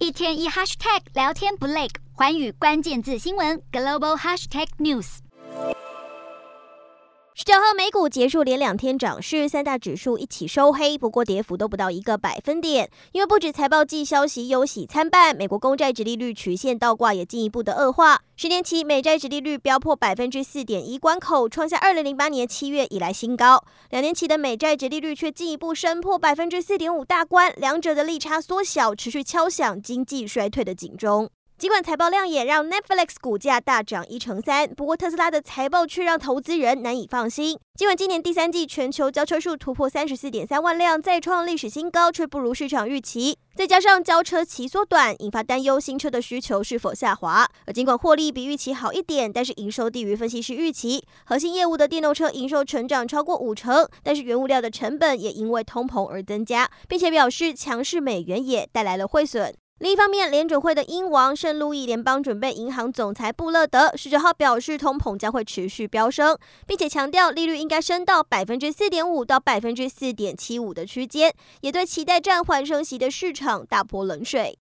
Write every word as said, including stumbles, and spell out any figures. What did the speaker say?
一天一 hashtag 聊天不累，寰宇关键字新闻 global hashtag news。 十九号美股结束连两天涨势，三大指数一起收黑，不过跌幅都不到一个百分点。因为不止财报季消息忧喜参半，美国公债殖利率曲线倒挂也进一步的恶化。十年期美债殖利率飙破百分之四点一关口，创下二零零八年七月以来新高。两年期的美债殖利率却进一步升破百分之四点五大关，两者的利差缩小，持续敲响经济衰退的警钟。尽管财报亮眼让 Netflix 股价大涨一成三，不过特斯拉的财报却让投资人难以放心。尽管今年第三季全球交车数突破 三十四点三万辆，再创历史新高，却不如市场预期。再加上交车期缩短，引发担忧新车的需求是否下滑。而尽管获利比预期好一点，但是营收低于分析师预期。核心业务的电动车营收成长超过五成，但是原物料的成本也因为通膨而增加，并且表示强势美元也带来了汇损。另一方面，联准会的鹰王圣路易联邦准备银行总裁布勒德十九号表示，通膨将会持续飙升，并且强调利率应该升到百分之四点五到百分之四点七五的区间，也对期待暂缓升息的市场大泼冷水。